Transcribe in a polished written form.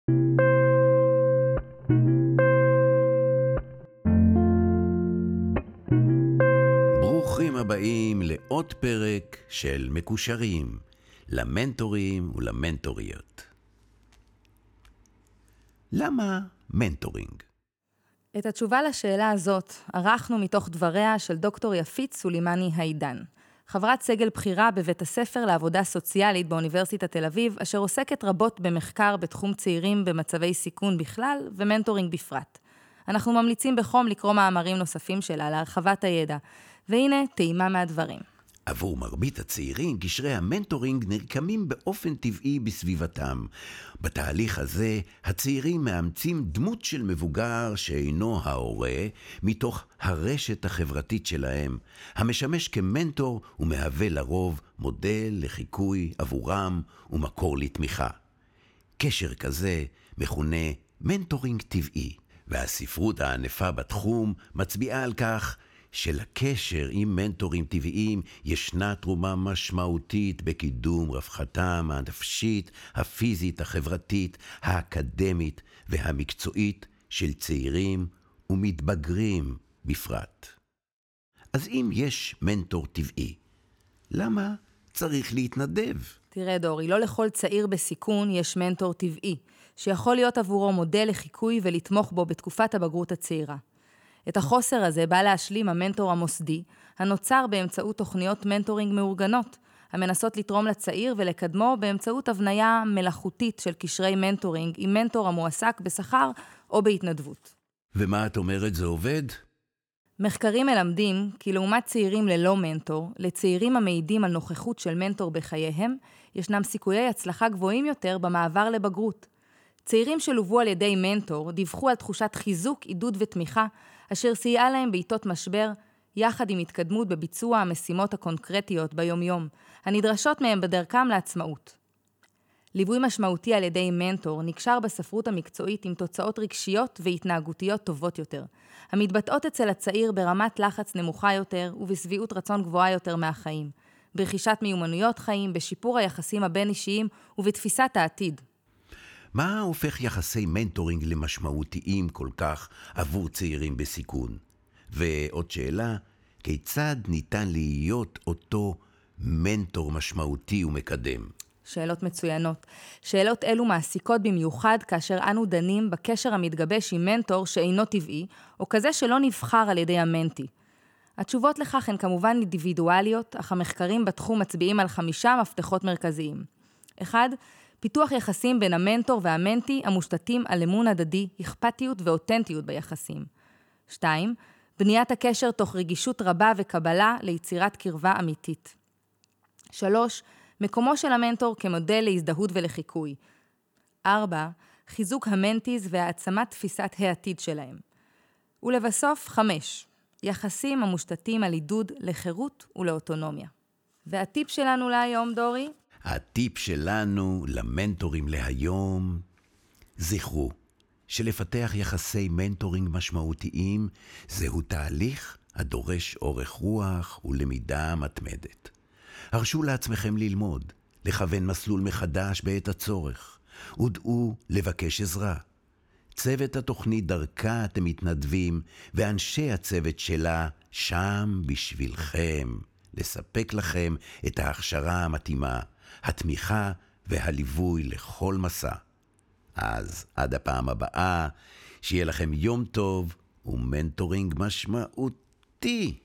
ברוכים הבאים לעוד פרק של מקושרים, למנטורים ולמנטוריות. למה מנטורינג? את התשובה לשאלה הזאת ערכנו מתוך דבריה של דוקטור יפית סולימני היידן, חברת סגל בחירה בבית הספר לעבודה סוציאלית באוניברסיטת תל אביב, אשר עוסקת רבות במחקר בתחום צעירים במצבי סיכון בכלל ומנטורינג בפרט. אנחנו ממליצים בחום לקרוא מאמרים נוספים שלה להרחבת הידע, והנה טעימה מהדברים. עבור מרבית הצעירים, קשרי המנטורינג נרקמים באופן טבעי בסביבתם. בתהליך הזה, הצעירים מאמצים דמות של מבוגר שאינו ההורה, מתוך הרשת החברתית שלהם, המשמש כמנטור ומהווה לרוב מודל לחיקוי עבורם ומקור לתמיכה. קשר כזה מכונה מנטורינג טבעי, והספרות הענפה בתחום מצביעה על כך שלקשר עם מנטורים טבעיים ישנה תרומה משמעותית בקידום רווחתם הנפשית, הפיזית, החברתית, האקדמית והמקצועית של צעירים ומתבגרים בפרט. אז אם יש מנטור טבעי, למה צריך להתנדב? תראה דורי, לא לכל צעיר בסיכון יש מנטור טבעי, שיכול להיות עבורו מודל לחיקוי ולתמוך בו בתקופת הבגרות הצעירה. את החוסר הזה בא להשלים המנטור המוסדי, הנוצר באמצעות תוכניות מנטורינג מאורגנות, המנסות לתרום לצעיר ולקדמו באמצעות הבניה מלאכותית של קשרי מנטורינג עם מנטור המועסק בשכר או בהתנדבות. ומה את אומרת, זה עובד? מחקרים מלמדים כי לעומת צעירים ללא מנטור, לצעירים המעידים על נוכחות של מנטור בחייהם, ישנם סיכויי הצלחה גבוהים יותר במעבר לבגרות. צעירים שלובו על ידי מנטור דיווחו על תחושת חיזוק, עידוד ותמיכה, אשר סייעה להם בעיתות משבר, יחד עם התקדמות בביצוע המשימות הקונקרטיות ביום-יום, הנדרשות מהם בדרכם לעצמאות. ליווי משמעותי על ידי מנטור נקשר בספרות המקצועית עם תוצאות רגשיות והתנהגותיות טובות יותר, המתבטאות אצל הצעיר ברמת לחץ נמוכה יותר ובשביעות רצון גבוהה יותר מהחיים, ברכישת מיומנויות חיים, בשיפור היחסים הבין-אישיים ובתפיסת העתיד. מה הופך יחסי מנטורינג למשמעותיים כל כך עבור צעירים בסיכון? ועוד שאלה, כיצד ניתן להיות אותו מנטור משמעותי ומקדם? שאלות מצוינות. שאלות אלו מעסיקות במיוחד כאשר אנו דנים בקשר המתגבש עם מנטור שאינו טבעי, או כזה שלא נבחר על ידי המנטי. התשובות לכך הן כמובן אינדיבידואליות, אך המחקרים בתחום מצביעים על 5 מפתחות מרכזיים. 1. פיתוח יחסים בין המנטור והמנטי המושתתים על אמון הדדי, אכפתיות ואותנטיות ביחסים. 2. בניית הקשר תוך רגישות רבה וקבלה ליצירת קרבה אמיתית. 3. מקומו של המנטור כמודל להזדהות ולחיקוי. 4. חיזוק המנטיז והעצמת תפיסת העתיד שלהם. ולבסוף 5. יחסים המושתתים על עידוד לחירות ולאוטונומיה. והטיפ שלנו להיום, דורי? הטיפ שלנו למנטורים להיום, זכרו שלפתח יחסי מנטורינג משמעותיים זהו תהליך הדורש אורך רוח ולמידה מתמדת. הרשו לעצמכם ללמוד, לכוון מסלול מחדש בעת הצורך, ודעו לבקש עזרה. צוות התוכנית דרכה אתם מתנדבים, ואנשי הצוות שלה שם בשבילכם, לספק לכם את ההכשרה המתאימה, התמיכה והליווי לכל מסע. אז עד הפעם הבאה, שיהיה לכם יום טוב ומנטורינג משמעותי.